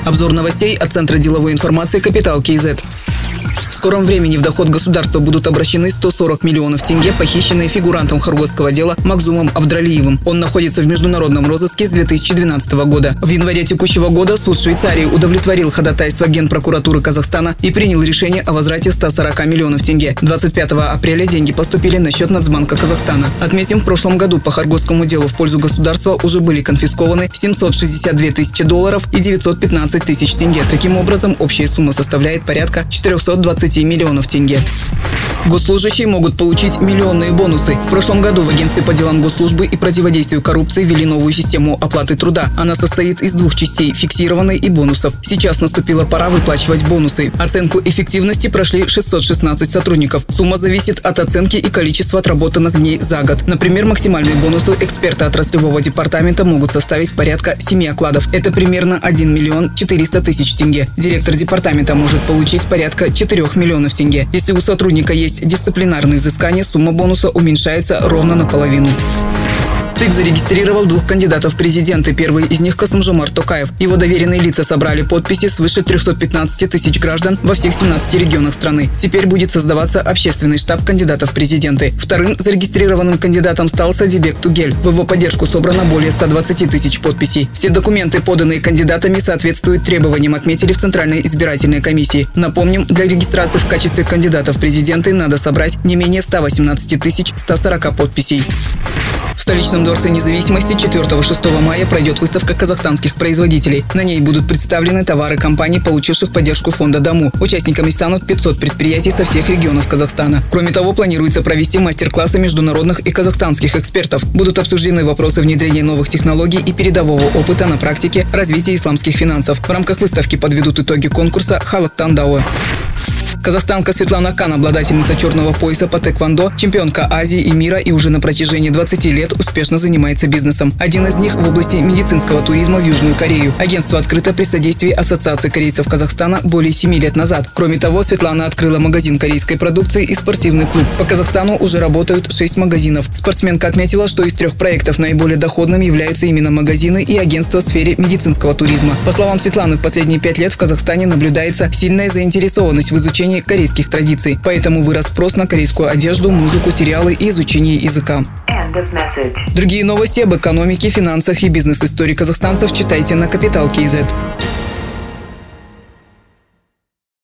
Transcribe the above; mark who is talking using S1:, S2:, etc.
S1: Обзор новостей от Центра деловой информации «Капитал КИЗ». В скором времени в доход государства будут обращены 140 миллионов тенге, похищенные фигурантом хоргосского дела Макзумом Абдралиевым. Он находится в международном розыске с 2012 года. В январе текущего года суд Швейцарии удовлетворил ходатайство Генпрокуратуры Казахстана и принял решение о возврате 140 миллионов тенге. 25 апреля деньги поступили на счет Нацбанка Казахстана. Отметим, в прошлом году по хоргосскому делу в пользу государства уже были конфискованы 762 тысячи долларов и 915 тысяч тенге. Таким образом, общая сумма составляет порядка 420 миллионов тенге. Госслужащие могут получить миллионные бонусы. В прошлом году в Агентстве по делам госслужбы и противодействию коррупции ввели новую систему оплаты труда. Она состоит из двух частей – фиксированной и бонусов. Сейчас наступила пора выплачивать бонусы. Оценку эффективности прошли 616 сотрудников. Сумма зависит от оценки и количества отработанных дней за год. Например, максимальные бонусы эксперта отраслевого департамента могут составить порядка 7 окладов. Это примерно 1 миллион 400 тысяч тенге. Директор департамента может получить порядка 4 миллионов тенге. Если у сотрудника есть дисциплинарные взыскания, сумма бонуса уменьшается ровно наполовину. ЦИК зарегистрировал 2 кандидатов в президенты. Первый из них – Касым-Жомарт Токаев. Его доверенные лица собрали подписи свыше 315 тысяч граждан во всех 17 регионах страны. Теперь будет создаваться общественный штаб кандидатов в президенты. Вторым зарегистрированным кандидатом стал Садибек Тугель. В его поддержку собрано более 120 тысяч подписей. Все документы, поданные кандидатами, соответствуют требованиям, отметили в Центральной избирательной комиссии. Напомним, для регистрации в качестве кандидатов в президенты надо собрать не менее 118 140 подписей. В столичном Дворце независимости 4-6 мая пройдет выставка казахстанских производителей. На ней будут представлены товары компаний, получивших поддержку фонда «Дому». Участниками станут 500 предприятий со всех регионов Казахстана. Кроме того, планируется провести мастер-классы международных и казахстанских экспертов. Будут обсуждены вопросы внедрения новых технологий и передового опыта на практике развития исламских финансов. В рамках выставки подведут итоги конкурса «Халак Тандауэ». Казахстанка Светлана Кан, обладательница черного пояса по тэквондо, чемпионка Азии и мира и уже на протяжении 20 лет успешно занимается бизнесом. Один из них в области медицинского туризма в Южную Корею. Агентство открыто при содействии Ассоциации корейцев Казахстана более 7 лет назад. Кроме того, Светлана открыла магазин корейской продукции и спортивный клуб. По Казахстану уже работают 6 магазинов. Спортсменка отметила, что из 3 проектов наиболее доходными являются именно магазины и агентства в сфере медицинского туризма. По словам Светланы, в последние 5 лет в Казахстане наблюдается сильная заинтересованность в изучении корейских традиций. Поэтому вырос спрос на корейскую одежду, музыку, сериалы и изучение языка. Другие новости об экономике, финансах и бизнес-истории казахстанцев читайте на Капитал КИЗ.